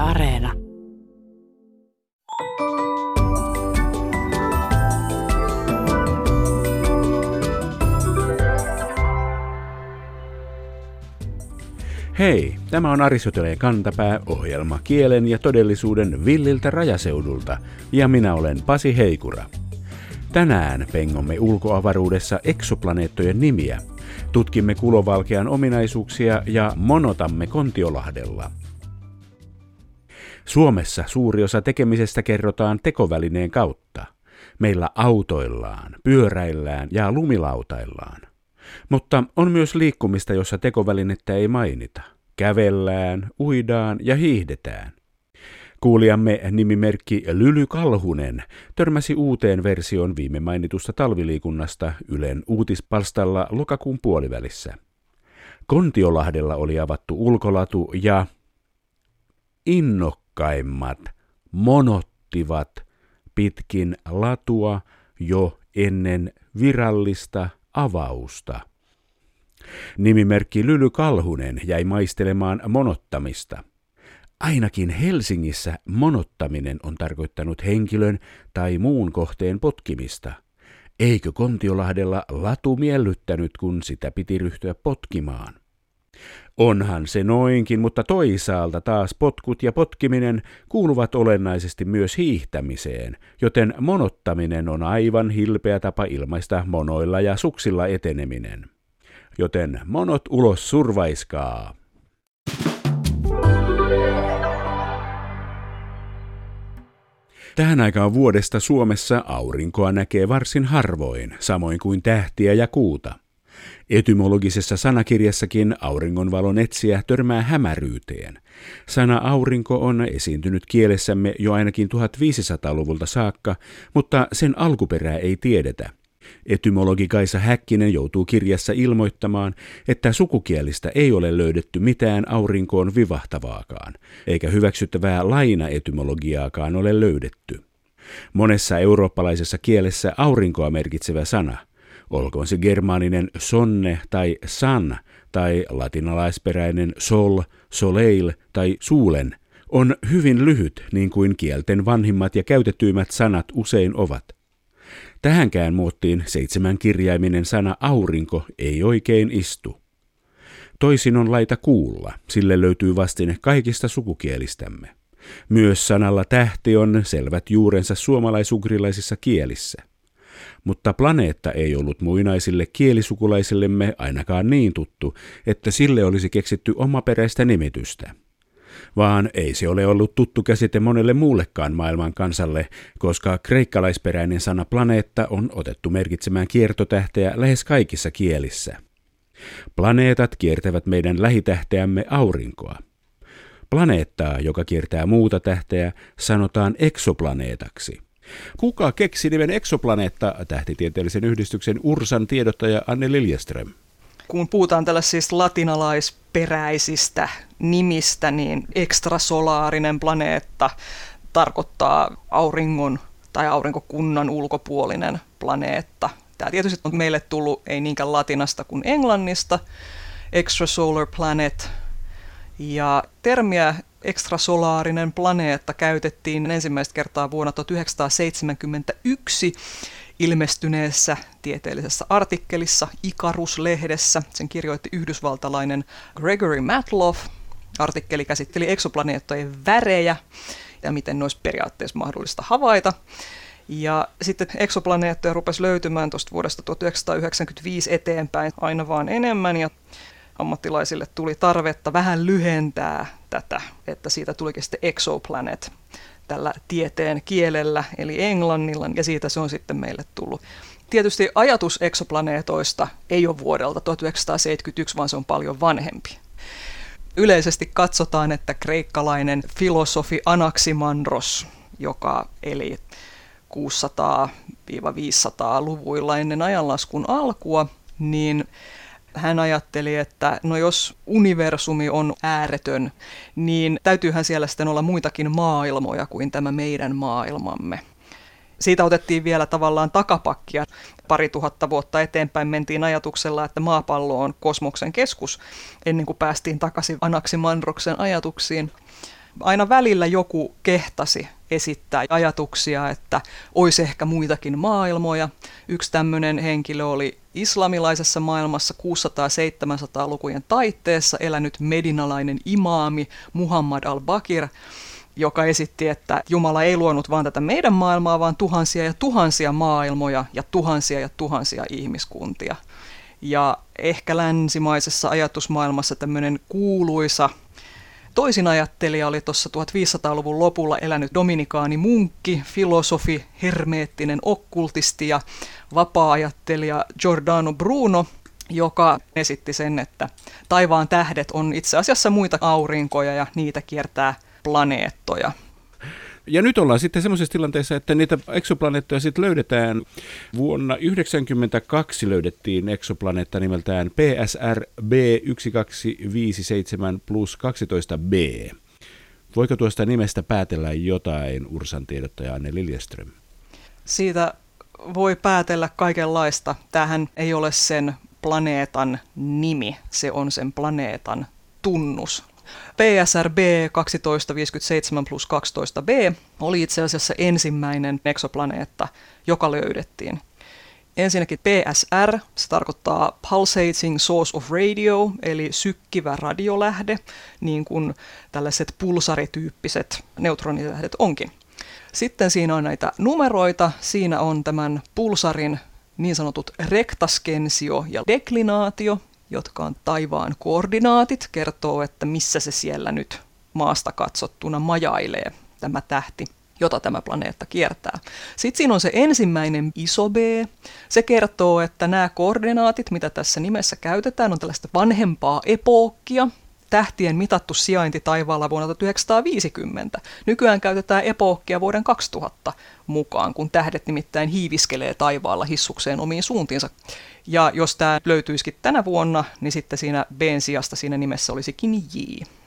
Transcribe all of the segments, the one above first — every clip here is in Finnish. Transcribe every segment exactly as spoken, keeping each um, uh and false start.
Areena. Hei, tämä on Aristoteleen kantapää, ohjelma kielen ja todellisuuden villiltä rajaseudulta, ja minä olen Pasi Heikura. Tänään pengomme ulkoavaruudessa eksoplaneettojen nimiä, tutkimme kulovalkean ominaisuuksia ja monotamme Kontiolahdella. Suomessa suuri osa tekemisestä kerrotaan tekovälineen kautta. Meillä autoillaan, pyöräillään ja lumilautaillaan. Mutta on myös liikkumista, jossa tekovälinettä ei mainita. Kävellään, uidaan ja hiihdetään. Kuulijamme nimimerkki Lyly Kalhunen törmäsi uuteen versioon viime mainitusta talviliikunnasta Ylen uutispalstalla lokakuun puolivälissä. Kontiolahdella oli avattu ulkolatu ja innokkaimmat monottivat pitkin latua jo ennen virallista avausta. Nimimerkki Lyly Kalhunen jäi maistelemaan monottamista. Ainakin Helsingissä monottaminen on tarkoittanut henkilön tai muun kohteen potkimista. Eikö Kontiolahdella latu miellyttänyt, kun sitä piti ryhtyä potkimaan? Onhan se noinkin, mutta toisaalta taas potkut ja potkiminen kuuluvat olennaisesti myös hiihtämiseen, joten monottaminen on aivan hilpeä tapa ilmaista monoilla ja suksilla eteneminen. Joten monot ulos survaiskaa! Tähän aikaan vuodesta Suomessa aurinkoa näkee varsin harvoin, samoin kuin tähtiä ja kuuta. Etymologisessa sanakirjassakin auringonvalon etsijä törmää hämäryyteen. Sana aurinko on esiintynyt kielessämme jo ainakin tuhatviisisataaluvulta saakka, mutta sen alkuperää ei tiedetä. Etymologi Kaisa Häkkinen joutuu kirjassa ilmoittamaan, että sukukielistä ei ole löydetty mitään aurinkoon vivahtavaakaan, eikä hyväksyttävää lainaetymologiaakaan ole löydetty. Monessa eurooppalaisessa kielessä aurinkoa merkitsevä sana, olkoon se germaaninen sonne tai san tai latinalaisperäinen sol, soleil tai suulen, on hyvin lyhyt, niin kuin kielten vanhimmat ja käytetyimmät sanat usein ovat. Tähänkään muottiin seitsemänkirjaiminen sana aurinko ei oikein istu. Toisin on laita kuulla, sille löytyy vastine kaikista sukukielistämme. Myös sanalla tähti on selvät juurensa suomalaisugrilaisissa kielissä. Mutta planeetta ei ollut muinaisille kielisukulaisillemme ainakaan niin tuttu, että sille olisi keksitty omaperäistä nimitystä. Vaan ei se ole ollut tuttu käsite monelle muullekaan maailman kansalle, koska kreikkalaisperäinen sana planeetta on otettu merkitsemään kiertotähteä lähes kaikissa kielissä. Planeetat kiertävät meidän lähitähteämme aurinkoa. Planeettaa, joka kiertää muuta tähteä, sanotaan eksoplaneetaksi. Kuka keksi nimen eksoplaneetta, tähtitieteellisen yhdistyksen Ursan tiedottaja Anne Liljeström? Kun puhutaan tällaisista latinalaisperäisistä nimistä, niin ekstrasolaarinen planeetta tarkoittaa auringon tai aurinkokunnan ulkopuolinen planeetta. Tämä tietysti on meille tullut ei niinkään latinasta kuin englannista, extrasolar planet. Ja termiä ekstrasolaarinen planeetta käytettiin ensimmäistä kertaa vuonna tuhatyhdeksänsataaseitsemänkymmentäyksi ilmestyneessä tieteellisessä artikkelissa Icarus-lehdessä. Sen kirjoitti yhdysvaltalainen Gregory Matloff. Artikkeli käsitteli eksoplaneettojen värejä ja miten ne olisi periaatteessa mahdollista havaita. Ja sitten eksoplaneettoja rupesi löytymään tuosta vuodesta tuhatyhdeksänsataayhdeksänkymmentäviisi eteenpäin aina vaan enemmän, ja ammattilaisille tuli tarvetta vähän lyhentää tätä, että siitä tulikin sitten exoplanet tällä tieteen kielellä, eli englannilla, ja siitä se on sitten meille tullut. Tietysti ajatus eksoplaneetoista ei ole vuodelta tuhatyhdeksänsataaseitsemänkymmentäyksi, vaan se on paljon vanhempi. Yleisesti katsotaan, että kreikkalainen filosofi Anaximandros, joka eli kuusisataa–viisisataa-luvuilla ennen ajanlaskun alkua, niin hän ajatteli, että no jos universumi on ääretön, niin täytyyhän siellä sitten olla muitakin maailmoja kuin tämä meidän maailmamme. Siitä otettiin vielä tavallaan takapakkia. Pari tuhatta vuotta eteenpäin mentiin ajatuksella, että maapallo on kosmoksen keskus, ennen kuin päästiin takaisin Anaximandroksen ajatuksiin. Aina välillä joku kehtasi esittää ajatuksia, että olisi ehkä muitakin maailmoja. Yksi tämmöinen henkilö oli islamilaisessa maailmassa kuusisataa-seitsemänsataa-lukujen taitteessa elänyt medinalainen imaami Muhammad al-Bakir, joka esitti, että Jumala ei luonut vaan tätä meidän maailmaa, vaan tuhansia ja tuhansia maailmoja ja tuhansia ja tuhansia ihmiskuntia. Ja ehkä länsimaisessa ajatusmaailmassa tämmöinen kuuluisa toisinajattelija oli tuossa viisitoistasadan-luvun lopulla elänyt dominikaani munkki, filosofi, hermeettinen okkultisti ja vapaa-ajattelija Giordano Bruno, joka esitti sen, että taivaan tähdet on itse asiassa muita aurinkoja ja niitä kiertää planeettoja. Ja nyt ollaan sitten semmoisessa tilanteessa, että niitä eksoplaneettoja sitten löydetään. Vuonna yhdeksänkymmentäkaksi löydettiin eksoplaneetta nimeltään P S R B yksi kaksi viisi seitsemän plus kaksitoista b. Voiko tuosta nimestä päätellä jotain, Ursan tiedottaja Anne Liljeström? Siitä voi päätellä kaikenlaista. Tämähän ei ole sen planeetan nimi, se on sen planeetan tunnus. P S R B kaksitoista viisikymmentäseitsemän plus kaksitoista b oli itse asiassa ensimmäinen eksoplaneetta, joka löydettiin. Ensinnäkin P S R, se tarkoittaa pulsating source of radio, eli sykkivä radiolähde, niin kuin tällaiset pulsarityyppiset neutronilähdet onkin. Sitten siinä on näitä numeroita, siinä on tämän pulsarin niin sanotut rektaskensio ja deklinaatio, jotka on taivaan koordinaatit, kertoo, että missä se siellä nyt maasta katsottuna majailee, tämä tähti, jota tämä planeetta kiertää. Sitten siinä on se ensimmäinen iso B. Se kertoo, että nämä koordinaatit, mitä tässä nimessä käytetään, on tällaista vanhempaa epookkia. Tähtien mitattu sijainti taivaalla vuonna tuhatyhdeksänsataaviisikymmentä. Nykyään käytetään epookkia vuoden kaksituhatta mukaan, kun tähdet nimittäin hiiviskelee taivaalla hissukseen omiin suuntiinsa. Ja jos tämä löytyisikin tänä vuonna, niin sitten siinä B:n sijasta siinä nimessä olisikin J.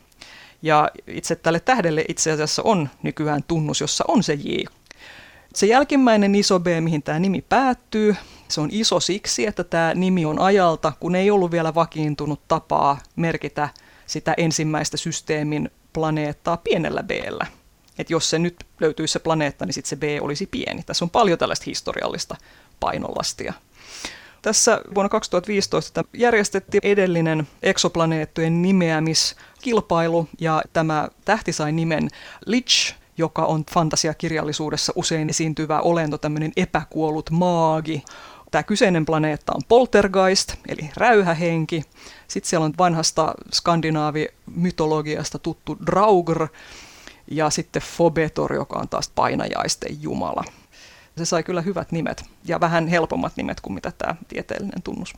Ja itse tälle tähdelle itse asiassa on nykyään tunnus, jossa on se J. Se jälkimmäinen iso B, mihin tämä nimi päättyy, se on iso siksi, että tämä nimi on ajalta, kun ei ollut vielä vakiintunut tapaa merkitä sitä ensimmäistä systeemin planeettaa pienellä b:llä. Että jos se nyt löytyisi se planeetta, niin sitten se B olisi pieni. Tässä on paljon tällaista historiallista painolastia. Tässä vuonna kaksituhattaviisitoista järjestettiin edellinen eksoplaneettojen nimeämiskilpailu, ja tämä tähti sai nimen Lich, joka on fantasiakirjallisuudessa usein esiintyvä olento, tämmöinen epäkuollut maagi. Tämä kyseinen planeetta on Poltergeist, eli räyhähenki. Sitten siellä on vanhasta skandinaavi-mytologiasta tuttu Draugr, ja sitten Fobetor, joka on taas painajaisten jumala. Se sai kyllä hyvät nimet, ja vähän helpommat nimet kuin mitä tämä tieteellinen tunnus.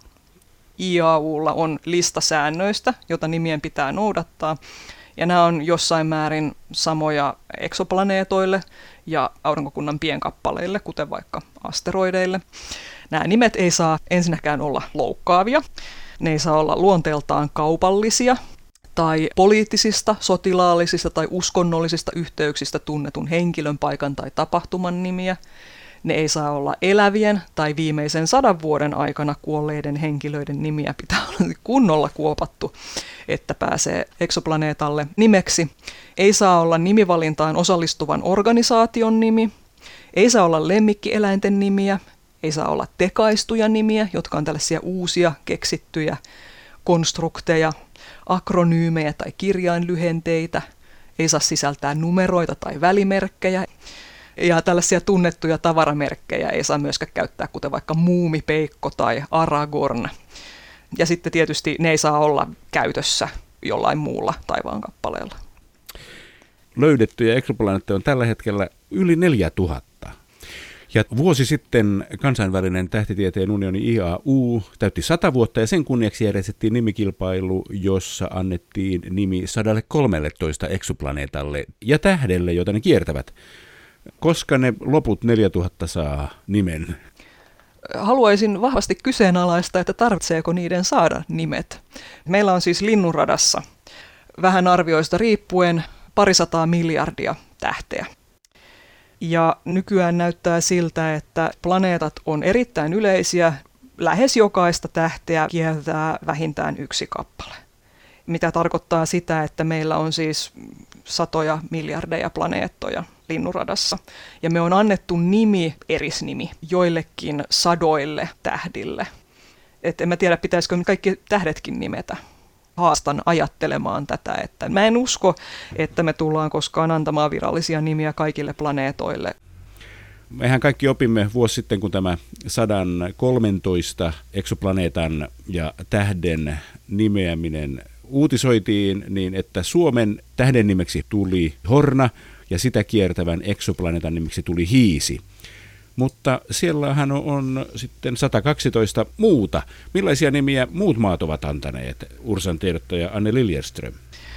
I A U:lla on lista säännöistä, jota nimien pitää noudattaa, ja nämä on jossain määrin samoja eksoplaneetoille ja aurinkokunnan pienkappaleille, kuten vaikka asteroideille. Nämä nimet ei saa ensinnäkään olla loukkaavia, ne ei saa olla luonteeltaan kaupallisia tai poliittisista, sotilaallisista tai uskonnollisista yhteyksistä tunnetun henkilön, paikan tai tapahtuman nimiä. Ne ei saa olla elävien tai viimeisen sadan vuoden aikana kuolleiden henkilöiden nimiä, pitää olla kunnolla kuopattu, että pääsee eksoplaneetalle nimeksi. Ei saa olla nimivalintaan osallistuvan organisaation nimi, ei saa olla lemmikkieläinten nimiä, ei saa olla tekaistuja nimiä, jotka on tällaisia uusia keksittyjä konstrukteja, akronyymejä tai kirjainlyhenteitä, ei saa sisältää numeroita tai välimerkkejä, ja tällaisia tunnettuja tavaramerkkejä ei saa myöskään käyttää, kuten vaikka Muumipeikko tai Aragorn. Ja sitten tietysti ne ei saa olla käytössä jollain muulla taivaankappaleella. Löydettyjä eksoplaneetteja on tällä hetkellä yli neljätuhatta. Ja vuosi sitten kansainvälinen tähtitieteen unioni I A U täytti sata vuotta, ja sen kunniaksi järjestettiin nimikilpailu, jossa annettiin nimi sata kolmetoista eksoplaneetalle ja tähdelle, jota ne kiertävät. Koska ne loput neljätuhatta saa nimen? Haluaisin vahvasti kyseenalaista, että tarvitseeko niiden saada nimet. Meillä on siis Linnunradassa vähän arvioista riippuen parisataa miljardia tähteä. Ja nykyään näyttää siltä, että planeetat on erittäin yleisiä. Lähes jokaista tähteä kiertää vähintään yksi kappale. Mitä tarkoittaa sitä, että meillä on siis satoja miljardeja planeettoja Linnunradassa. Ja me on annettu nimi, erisnimi, joillekin sadoille tähdille. Et en mä tiedä, pitäisikö kaikki tähdetkin nimetä. Haastan ajattelemaan tätä, että mä en usko, että me tullaan koskaan antamaan virallisia nimiä kaikille planeetoille. Mehän kaikki opimme vuosi sitten, kun tämä sata kolmetoista eksoplaneetan ja tähden nimeäminen uutisoitiin, niin että Suomen tähden nimeksi tuli Horna ja sitä kiertävän eksoplaneetan nimeksi tuli Hiisi. Mutta siellähän on sitten sata kaksitoista muuta. Millaisia nimiä muut maat ovat antaneet, Ursan tiedottaja Anne Liljeström?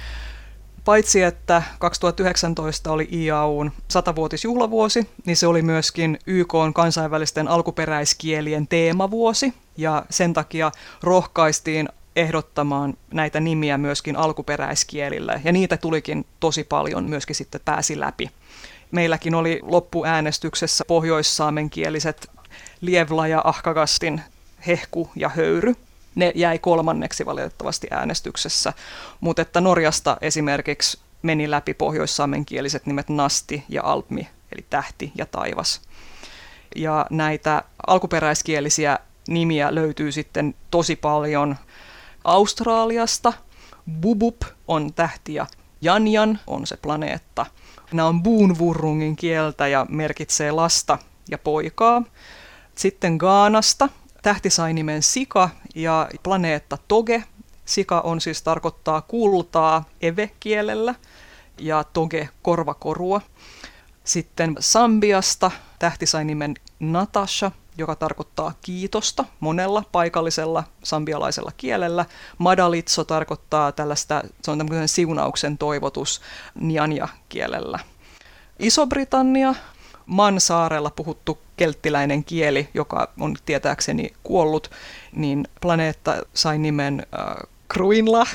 Paitsi että kaksituhattayhdeksäntoista oli I A U:n satavuotisjuhlavuosi, niin se oli myöskin Y K:n kansainvälisten alkuperäiskielien teemavuosi, ja sen takia rohkaistiin ehdottamaan näitä nimiä myöskin alkuperäiskielillä, ja niitä tulikin tosi paljon, myöskin sitten pääsi läpi. Meilläkin oli loppuäänestyksessä pohjoissaamenkieliset Lievla ja Ahkagastin, Hehku ja Höyry. Ne jäi kolmanneksi valitettavasti äänestyksessä, mutta että Norjasta esimerkiksi meni läpi pohjoissaamenkieliset nimet Nasti ja Alpmi, eli tähti ja taivas. Ja näitä alkuperäiskielisiä nimiä löytyy sitten tosi paljon Australiasta. Bubup on tähti ja Janjan on se planeetta. Nämä on Boonwurrungin kieltä ja merkitsee lasta ja poikaa. Sitten Ghanasta tähti sai nimen Sika ja planeetta Toge. Sika on siis tarkoittaa kultaa eve-kielellä ja Toge korvakorua. Sitten Sambiasta tähti sai nimen Natasha, joka tarkoittaa kiitosta monella paikallisella sambialaisella kielellä. Madalitso tarkoittaa tällaista, se on tämmöinen siunauksen toivotus Nyanja-kielellä. Iso-Britannia, Mansaarella puhuttu kelttiläinen kieli, joka on tietääkseni kuollut, niin planeetta sai nimen äh, Kruinla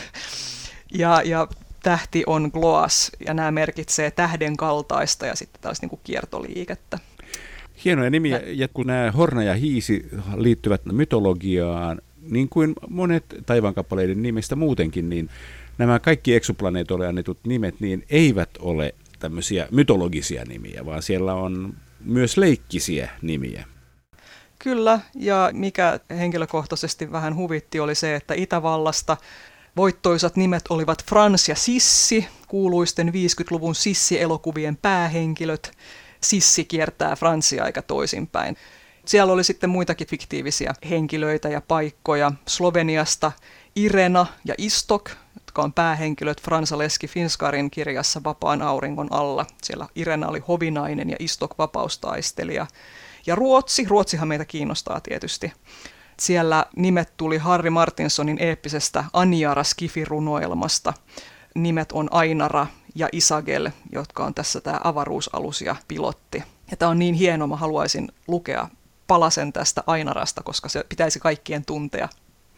ja, ja tähti on Gloas, ja nämä merkitsee tähden kaltaista ja sitten tällaista niin kuin kiertoliikettä. Hienoja nimiä, ja kun nämä Horna ja Hiisi liittyvät mytologiaan, niin kuin monet taivaankappaleiden nimistä muutenkin, niin nämä kaikki eksoplaneetoille annetut nimet niin eivät ole tämmöisiä mytologisia nimiä, vaan siellä on myös leikkisiä nimiä. Kyllä, ja mikä henkilökohtaisesti vähän huvitti oli se, että Itävallasta voittoisat nimet olivat Frans ja Sissi, kuuluisten viisikymmentäluvun Sissi-elokuvien päähenkilöt. Sissi kiertää Fransia eikä toisinpäin. Siellä oli sitten muitakin fiktiivisiä henkilöitä ja paikkoja. Sloveniasta Irena ja Istok, jotka on päähenkilöt Franza Leski Finskarin kirjassa Vapaan auringon alla. Siellä Irena oli hovinainen ja Istok vapaustaistelija. Ja Ruotsi, Ruotsihan meitä kiinnostaa tietysti. Siellä nimet tuli Harry Martinsonin eeppisestä Aniara Skifi-runoelmasta. Nimet on Ainara ja Isagel, jotka on tässä tämä avaruusalus ja pilotti. Ja tämä on niin hieno, mä haluaisin lukea palasen tästä Ainarasta, koska se pitäisi kaikkien tuntea.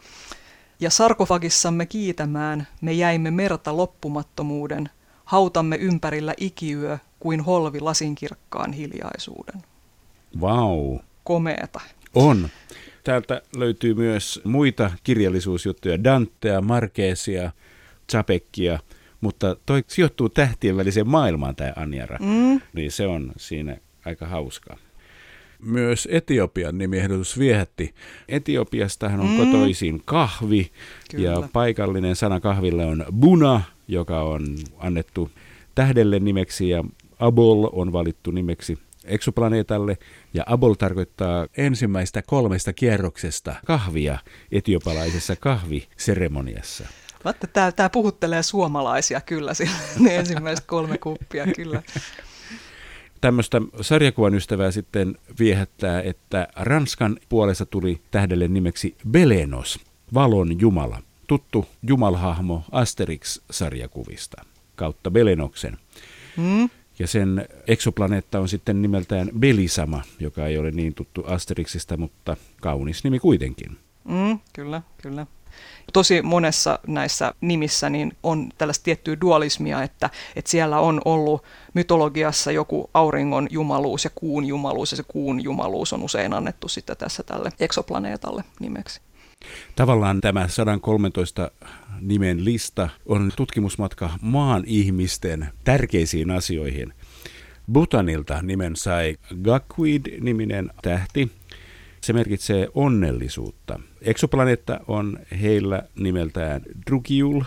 Ja sarkofagissamme kiitämään me jäimme merta loppumattomuuden, hautamme ympärillä ikiyö kuin holvi lasinkirkkaan hiljaisuuden. Vau. Komeeta. On. Täältä löytyy myös muita kirjallisuusjuttuja, Dantea, Marquesia, Czapekkia, mutta toi sijoittuu tähtien väliseen maailmaan tämä Aniara, mm. niin se on siinä aika hauskaa. Myös Etiopian nimiehdotus viehätti. Etiopiastahan on mm. kotoisin kahvi. Kyllä. Ja paikallinen sana kahville on buna, joka on annettu tähdelle nimeksi ja Abol on valittu nimeksi eksoplaneetalle. Ja Abol tarkoittaa ensimmäistä kolmesta kierroksesta kahvia etiopalaisessa kahviseremoniassa. Tämä, tämä puhuttelee suomalaisia kyllä, ne ensimmäiset kolme kuppia kyllä. Tämmöistä sarjakuvan ystävää sitten viehättää, että Ranskan puolesta tuli tähdelle nimeksi Belenos, valon jumala, tuttu jumalhahmo Asterix-sarjakuvista kautta Belenoksen. Mm. Ja sen eksoplaneetta on sitten nimeltään Belisama, joka ei ole niin tuttu Asterixista, mutta kaunis nimi kuitenkin. Mm, kyllä, kyllä. Tosi monessa näissä nimissä niin on tällaista tiettyä dualismia, että, että siellä on ollut mytologiassa joku auringon jumaluus ja kuun jumaluus, ja se kuun jumaluus on usein annettu sitten tässä tälle eksoplaneetalle nimeksi. Tavallaan tämä sata kolmetoista nimen lista on tutkimusmatka maan ihmisten tärkeisiin asioihin. Bhutanilta nimen sai Gakwid-niminen tähti. Se merkitsee onnellisuutta. Eksoplaneetta on heillä nimeltään Drukyul,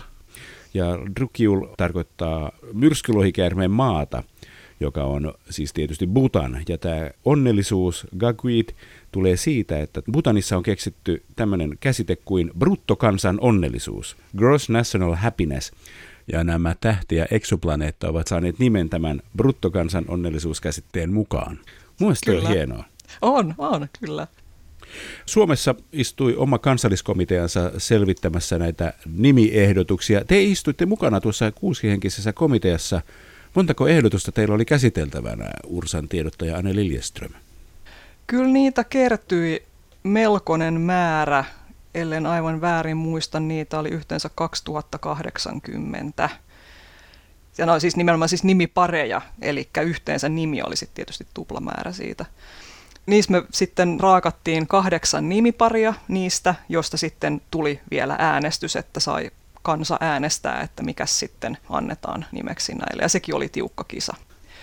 ja Drukyul tarkoittaa myrskylohikäärmeen maata, joka on siis tietysti Bhutan. Ja tämä onnellisuus, Gakwid, tulee siitä, että Bhutanissa on keksitty tämmöinen käsite kuin bruttokansan onnellisuus, gross national happiness. Ja nämä tähti ja eksoplaneetta ovat saaneet nimen tämän bruttokansan onnellisuuskäsitteen mukaan. Mielestäni on hienoa. On, on, kyllä. Suomessa istui oma kansalliskomiteansa selvittämässä näitä nimiehdotuksia. Te istuitte mukana tuossa kuusihenkisessä komiteassa. Montako ehdotusta teillä oli käsiteltävänä, Ursan tiedottaja Anne Liljeström? Kyllä niitä kertyi melkoinen määrä, ellen aivan väärin muista, niitä oli yhteensä kaksituhattakahdeksankymmentä. Ja ne on siis nimenomaan siis nimipareja, eli yhteensä nimi oli sitten tietysti tuplamäärä siitä. Niissä me sitten raakattiin kahdeksan nimiparia niistä, josta sitten tuli vielä äänestys, että sai kansa äänestää, että mikä sitten annetaan nimeksi näille. Ja sekin oli tiukka kisa.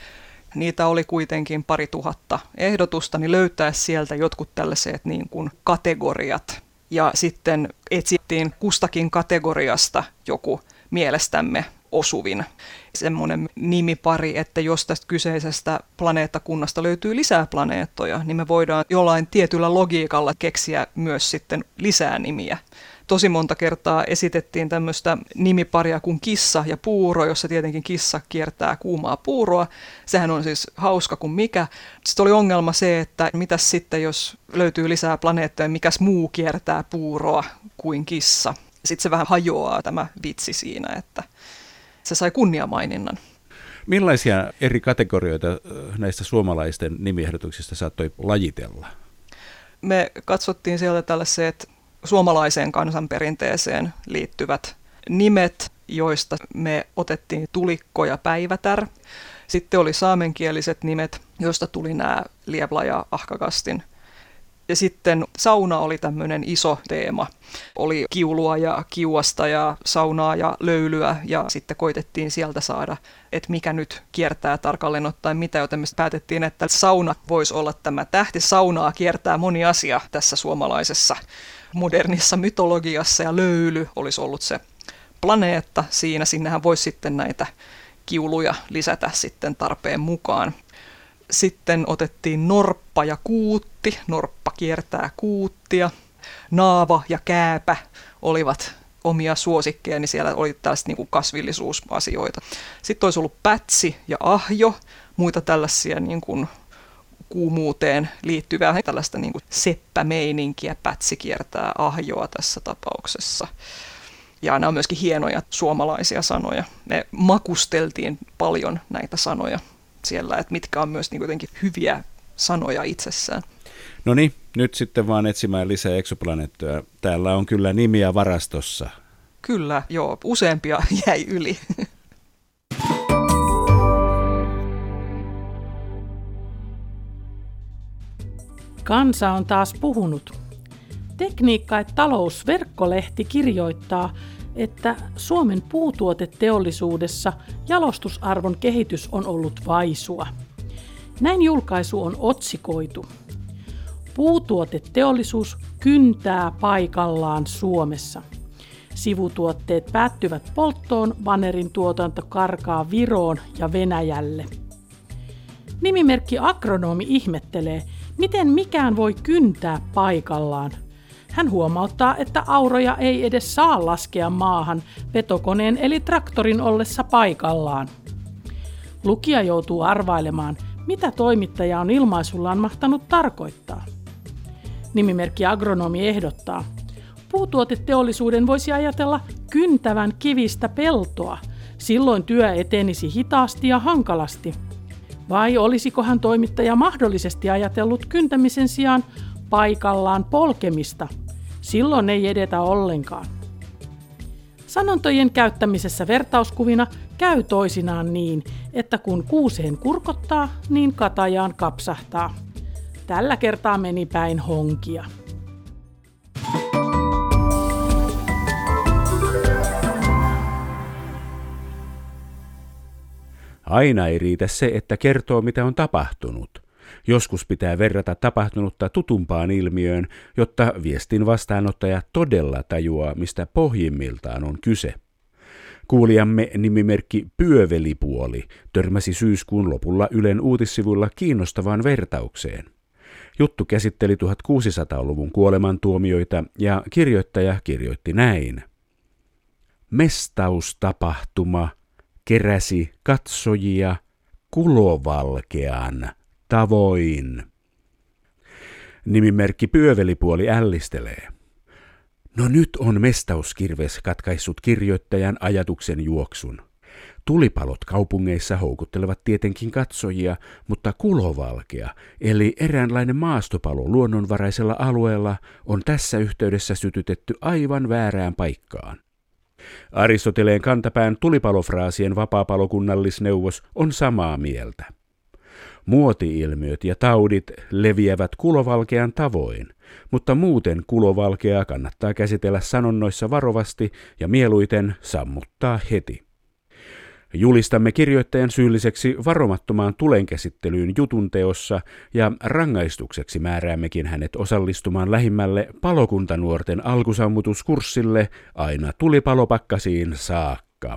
Niitä oli kuitenkin pari tuhatta ehdotusta, niin löytää sieltä jotkut tällaiset niin kuin kategoriat. Ja sitten etsittiin kustakin kategoriasta joku mielestämme osuvin semmoinen nimipari, että jos tästä kyseisestä planeettakunnasta löytyy lisää planeettoja, niin me voidaan jollain tietyllä logiikalla keksiä myös sitten lisää nimiä. Tosi monta kertaa esitettiin tämmöistä nimiparia kuin kissa ja puuro, jossa tietenkin kissa kiertää kuumaa puuroa. Sehän on siis hauska kuin mikä. Sitten oli ongelma se, että mitäs sitten, jos löytyy lisää planeettoja, mikäs muu kiertää puuroa kuin kissa. Sitten se vähän hajoaa tämä vitsi siinä, että se sai kunniamaininnan. Millaisia eri kategorioita näistä suomalaisten nimiehdotuksista saattoi lajitella? Me katsottiin sieltä tällaiset suomalaiseen kansanperinteeseen liittyvät nimet, joista me otettiin Tulikko ja Päivätär. Sitten oli saamenkieliset nimet, joista tuli nämä Lievla ja Ahkakastin. Ja sitten sauna oli tämmöinen iso teema. Oli kiulua ja kiuasta ja saunaa ja löylyä ja sitten koitettiin sieltä saada, että mikä nyt kiertää tarkalleen ottaen mitä, joten me päätettiin, että sauna voisi olla tämä tähti. Saunaa kiertää moni asia tässä suomalaisessa modernissa mytologiassa ja löyly olisi ollut se planeetta siinä. Sinnehän voisi sitten näitä kiuluja lisätä sitten tarpeen mukaan. Sitten otettiin norppa ja kuutti. Norppa kiertää kuuttia. Naava ja kääpä olivat omia suosikkeja, niin siellä oli tällaista niin kuin kasvillisuusasioita. Sitten olisi ollut pätsi ja ahjo, muita tällaisia niin kuin kuumuuteen liittyvää tällaista niin kuin seppämeininkiä. Pätsi kiertää ahjoa tässä tapauksessa. Ja nämä on myöskin hienoja suomalaisia sanoja. Me makusteltiin paljon näitä sanoja siellä, että mitkä on myös niin jotenkin hyviä sanoja itsessään. No niin, nyt sitten vaan etsimään lisää eksoplaneettoja. Täällä on kyllä nimiä varastossa. Kyllä, joo. Useampia jäi yli. Kansa on taas puhunut. Tekniikka- ja talousverkkolehti kirjoittaa, että Suomen puutuoteteollisuudessa jalostusarvon kehitys on ollut vaisua. Näin julkaisu on otsikoitu. Puutuoteteollisuus kyntää paikallaan Suomessa. Sivutuotteet päättyvät polttoon, vanerin tuotanto karkaa Viroon ja Venäjälle. Nimimerkki Agronomi ihmettelee, miten mikään voi kyntää paikallaan. Hän huomauttaa, että auroja ei edes saa laskea maahan vetokoneen eli traktorin ollessa paikallaan. Lukija joutuu arvailemaan, mitä toimittaja on ilmaisullaan mahtanut tarkoittaa. Nimimerkki Agronomi ehdottaa, puutuoteteollisuuden voisi ajatella kyntävän kivistä peltoa, silloin työ etenisi hitaasti ja hankalasti. Vai olisikohan toimittaja mahdollisesti ajatellut kyntämisen sijaan paikallaan polkemista? Silloin ei edetä ollenkaan. Sanontojen käyttämisessä vertauskuvina käy toisinaan niin, että kun kuuseen kurkottaa, niin katajaan kapsahtaa. Tällä kertaa meni päin honkia. Aina ei riitä se, että kertoo mitä on tapahtunut. Joskus pitää verrata tapahtunutta tutumpaan ilmiöön, jotta viestin vastaanottaja todella tajuaa, mistä pohjimmiltaan on kyse. Kuulijamme nimimerkki Pyövelipuoli törmäsi syyskuun lopulla Ylen uutissivuilla kiinnostavaan vertaukseen. Juttu käsitteli tuhatkuusisataaluvun kuolemantuomioita ja kirjoittaja kirjoitti näin. Mestaustapahtuma keräsi katsojia kulovalkean tavoin. Nimimerkki Pyövelipuoli ällistelee. No nyt on mestauskirves katkaissut kirjoittajan ajatuksen juoksun. Tulipalot kaupungeissa houkuttelevat tietenkin katsojia, mutta kulovalkea, eli eräänlainen maastopalo luonnonvaraisella alueella, on tässä yhteydessä sytytetty aivan väärään paikkaan. Aristoteleen kantapään tulipalofraasien vapaapalokunnallisneuvos on samaa mieltä. Muoti-ilmiöt ja taudit leviävät kulovalkean tavoin, mutta muuten kulovalkeaa kannattaa käsitellä sanonnoissa varovasti ja mieluiten sammuttaa heti. Julistamme kirjoittajan syylliseksi varomattomaan tulenkäsittelyyn jutunteossa ja rangaistukseksi määräämmekin hänet osallistumaan lähimmälle palokuntanuorten alkusammutuskurssille aina tulipalopakkasiin saakka.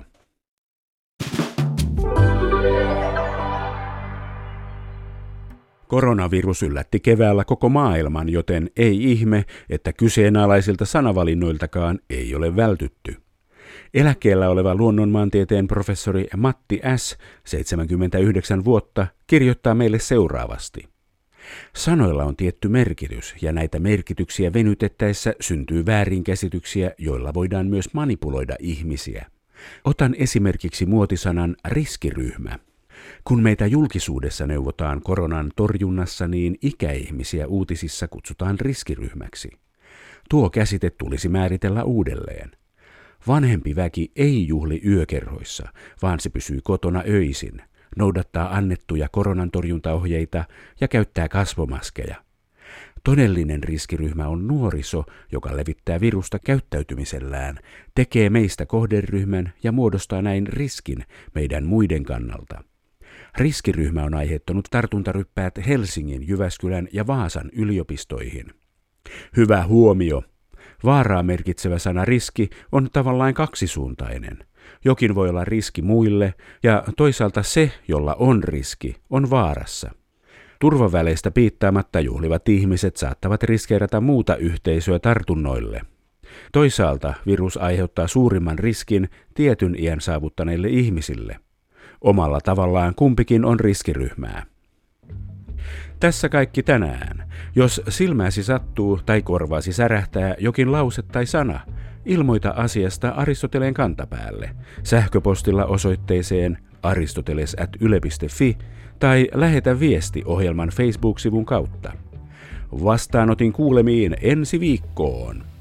Koronavirus yllätti keväällä koko maailman, joten ei ihme, että kyseenalaisilta sanavalinnoiltakaan ei ole vältytty. Eläkkeellä oleva luonnonmaantieteen professori Matti S., seitsemänkymmentäyhdeksän vuotta, kirjoittaa meille seuraavasti. Sanoilla on tietty merkitys, ja näitä merkityksiä venytettäessä syntyy väärinkäsityksiä, joilla voidaan myös manipuloida ihmisiä. Otan esimerkiksi muotisanan riskiryhmä. Kun meitä julkisuudessa neuvotaan koronan torjunnassa, niin ikäihmisiä uutisissa kutsutaan riskiryhmäksi. Tuo käsite tulisi määritellä uudelleen. Vanhempi väki ei juhli yökerhoissa, vaan se pysyy kotona öisin, noudattaa annettuja koronan torjuntaohjeita ja käyttää kasvomaskeja. Todellinen riskiryhmä on nuoriso, joka levittää virusta käyttäytymisellään, tekee meistä kohderyhmän ja muodostaa näin riskin meidän muiden kannalta. Riskiryhmä on aiheuttanut tartuntaryppäät Helsingin, Jyväskylän ja Vaasan yliopistoihin. Hyvä huomio. Vaaraa merkitsevä sana riski on tavallaan kaksisuuntainen. Jokin voi olla riski muille ja toisaalta se, jolla on riski, on vaarassa. Turvaväleistä piittaamatta juhlivat ihmiset saattavat riskeerata muuta yhteisöä tartunnoille. Toisaalta virus aiheuttaa suurimman riskin tietyn iän saavuttaneille ihmisille. Omalla tavallaan kumpikin on riskiryhmää. Tässä kaikki tänään. Jos silmäsi sattuu tai korvaasi särähtää jokin lause tai sana, ilmoita asiasta Aristoteleen kantapäälle, sähköpostilla osoitteeseen aristoteles at yle piste fi tai lähetä viesti ohjelman Facebook-sivun kautta. Vastaanotin kuulemiin ensi viikkoon.